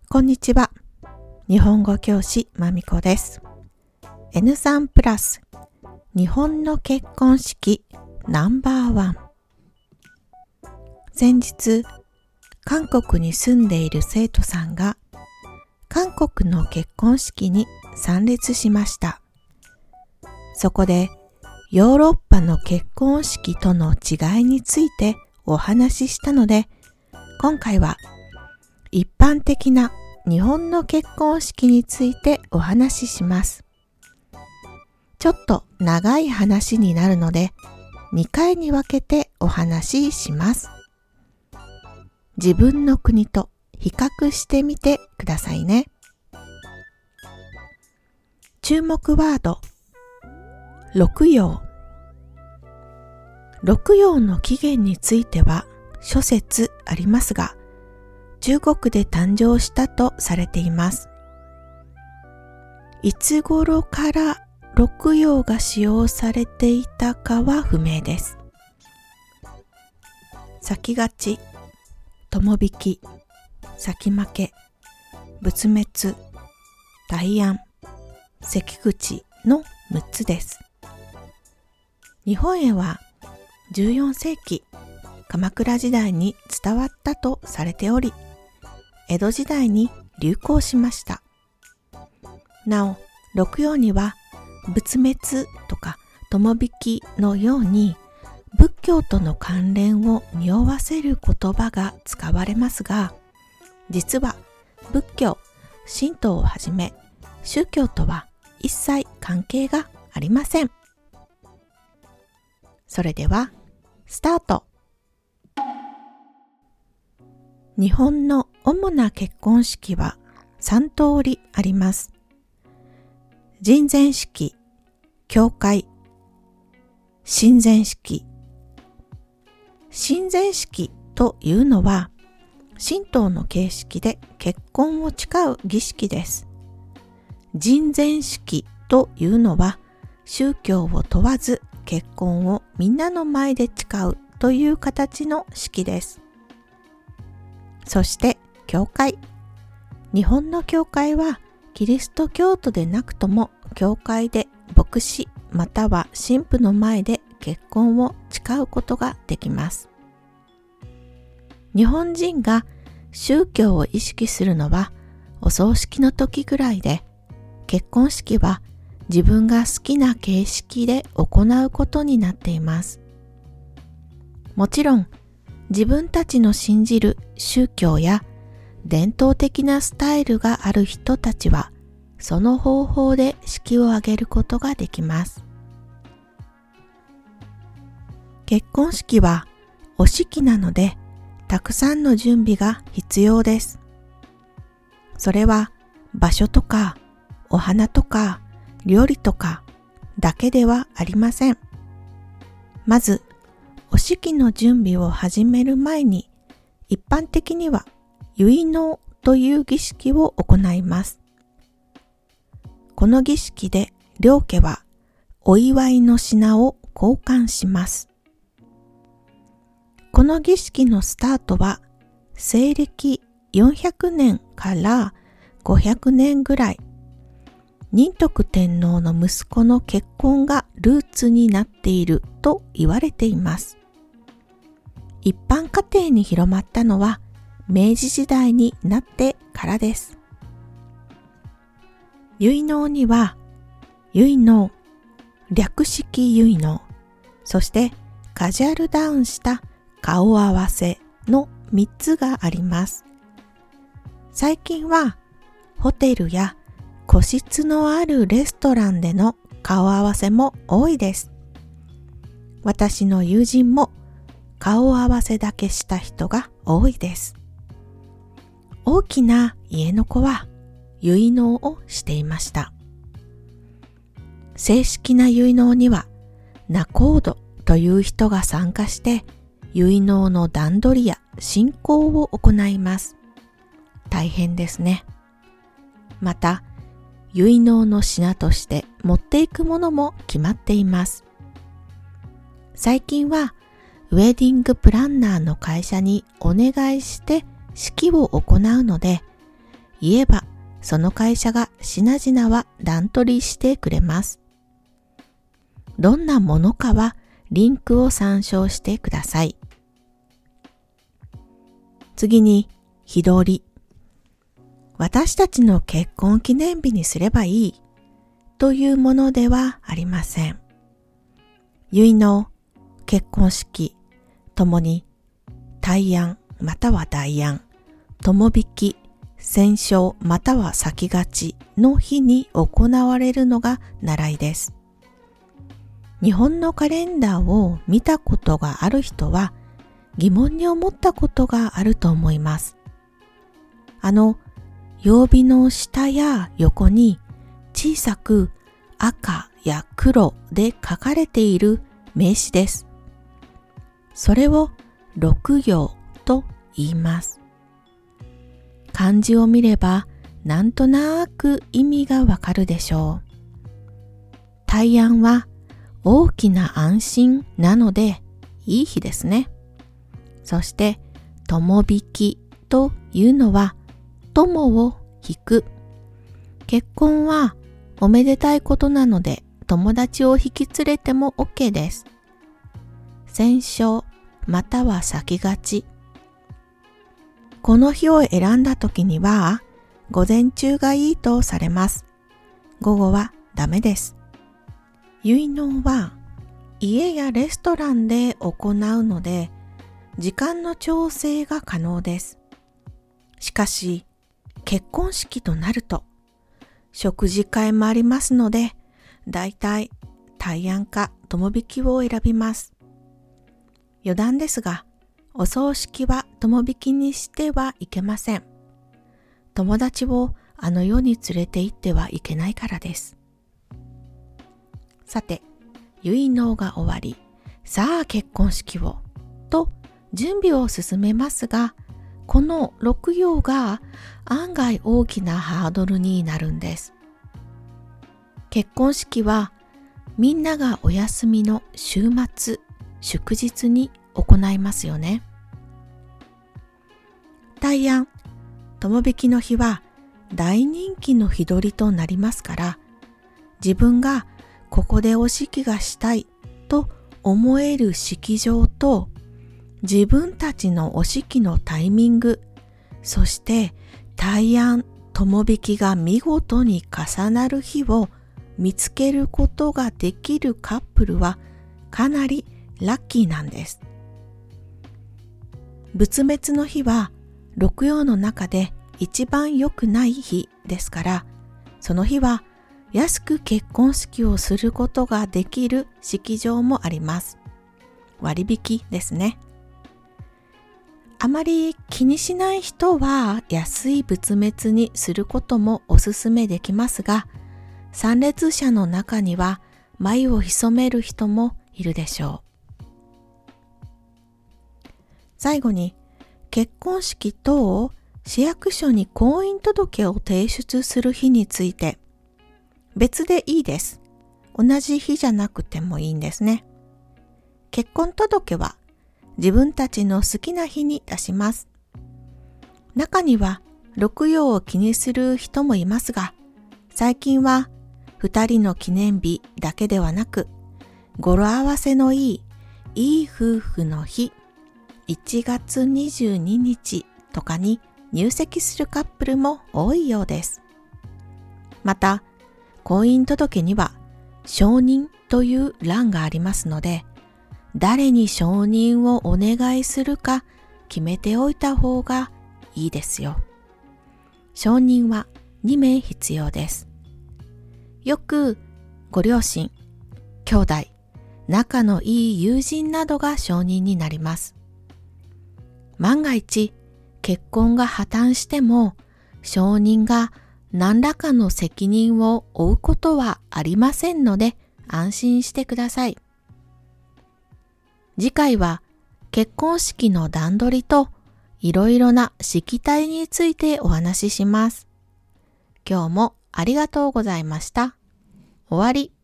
こんにちは。日本語教師まみこです。N3 プラス日本の結婚式No.1。先日、韓国に住んでいる生徒さんが韓国の結婚式に参列しました。そこでヨーロッパの結婚式との違いについてお話ししたので、今回は一般的な日本の結婚式についてお話しします。ちょっと長い話になるので、2回に分けてお話しします。自分の国と比較してみてくださいね。注目ワード、六曜。六曜の起源については諸説ありますが、中国で誕生したとされています。いつ頃から六曜が使用されていたかは不明です。先勝ち、友引き、先負け、仏滅、大安、関口の6つです。日本へは14世紀、鎌倉時代に伝わったとされており、江戸時代に流行しました。なお、六曜には仏滅とか友引きのように仏教との関連を匂わせる言葉が使われますが、実は仏教、神道をはじめ宗教とは一切関係がありません。それではスタート。日本の主な結婚式は3通りあります。人前式、教会、神前式。神前式というのは神道の形式で結婚を誓う儀式です。人前式というのは宗教を問わず結婚をみんなの前で誓うという形の式です。そして教会。日本の教会はキリスト教徒でなくとも教会で牧師または神父の前で結婚を誓うことができます。日本人が宗教を意識するのはお葬式の時ぐらいで、結婚式は自分が好きな形式で行うことになっています。もちろん自分たちの信じる宗教や伝統的なスタイルがある人たちはその方法で式を挙げることができます。結婚式はお式なのでたくさんの準備が必要です。それは場所とかお花とか料理とかだけではありません。まずお式の準備を始める前に、一般的には結納という儀式を行います。この儀式で両家はお祝いの品を交換します。この儀式のスタートは西暦400年から500年ぐらい、仁徳天皇の息子の結婚がルーツになっていると言われています。一般家庭に広まったのは明治時代になってからです。結納には結納、略式結納、そしてカジュアルダウンした顔合わせの3つがあります。最近はホテルや個室のあるレストランでの顔合わせも多いです。私の友人も顔合わせだけした人が多いです。大きな家の子は結納をしていました。正式な結納には仲人という人が参加して結納の段取りや進行を行います。大変ですね。また結納の品として持っていくものも決まっています。最近はウェディングプランナーの会社にお願いして式を行うので、 言えば、その会社が品々は段取りしてくれます。どんなものかはリンクを参照してください。次に、日取り。私たちの結婚記念日にすればいいというものではありません。結納、結婚式ともに大安または大安、友引き、戦勝または先勝ちの日に行われるのが習いです。日本のカレンダーを見たことがある人は疑問に思ったことがあると思います。曜日の下や横に小さく赤や黒で書かれている名詞です。それを六曜と言います。漢字を見ればなんとなく意味がわかるでしょう。大安は大きな安心なのでいい日ですね。そして友引きというのは友を引く。結婚はおめでたいことなので友達を引き連れても OK です。戦勝または先勝ち。この日を選んだ時には午前中がいいとされます。午後はダメです。結納は家やレストランで行うので時間の調整が可能です。しかし結婚式となると食事会もありますのでだいたい大安か友引きを選びます。余談ですがお葬式は友引きにしてはいけません。友達をあの世に連れて行ってはいけないからです。さて、結納が終わり、さあ結婚式をと準備を進めますが、この六曜が案外大きなハードルになるんです。結婚式はみんながお休みの週末、祝日に行いますよね。大安、友引きの日は大人気の日取りとなりますから、自分がここでお式がしたいと思える式場と自分たちのお式のタイミング、そして大安、友引きが見事に重なる日を見つけることができるカップルはかなりラッキーなんです。仏滅の日は六曜の中で一番良くない日ですから、その日は安く結婚式をすることができる式場もあります。割引ですね。あまり気にしない人は安い仏滅にすることもおすすめできますが、参列者の中には眉を潜める人もいるでしょう。最後に、結婚式等市役所に婚姻届を提出する日について、別でいいです。同じ日じゃなくてもいいんですね。結婚届は自分たちの好きな日に出します。中には六曜を気にする人もいますが、最近は2人の記念日だけではなく、語呂合わせのいい夫婦の日、1月22日とかに入籍するカップルも多いようです。また、婚姻届には承認という欄がありますので、誰に承認をお願いするか決めておいた方がいいですよ。承認は2名必要です。よくご両親、兄弟、仲のいい友人などが承認になります。万が一、結婚が破綻しても、承認が何らかの責任を負うことはありませんので、安心してください。次回は、結婚式の段取りと、いろいろな式体についてお話しします。今日もありがとうございました。終わり。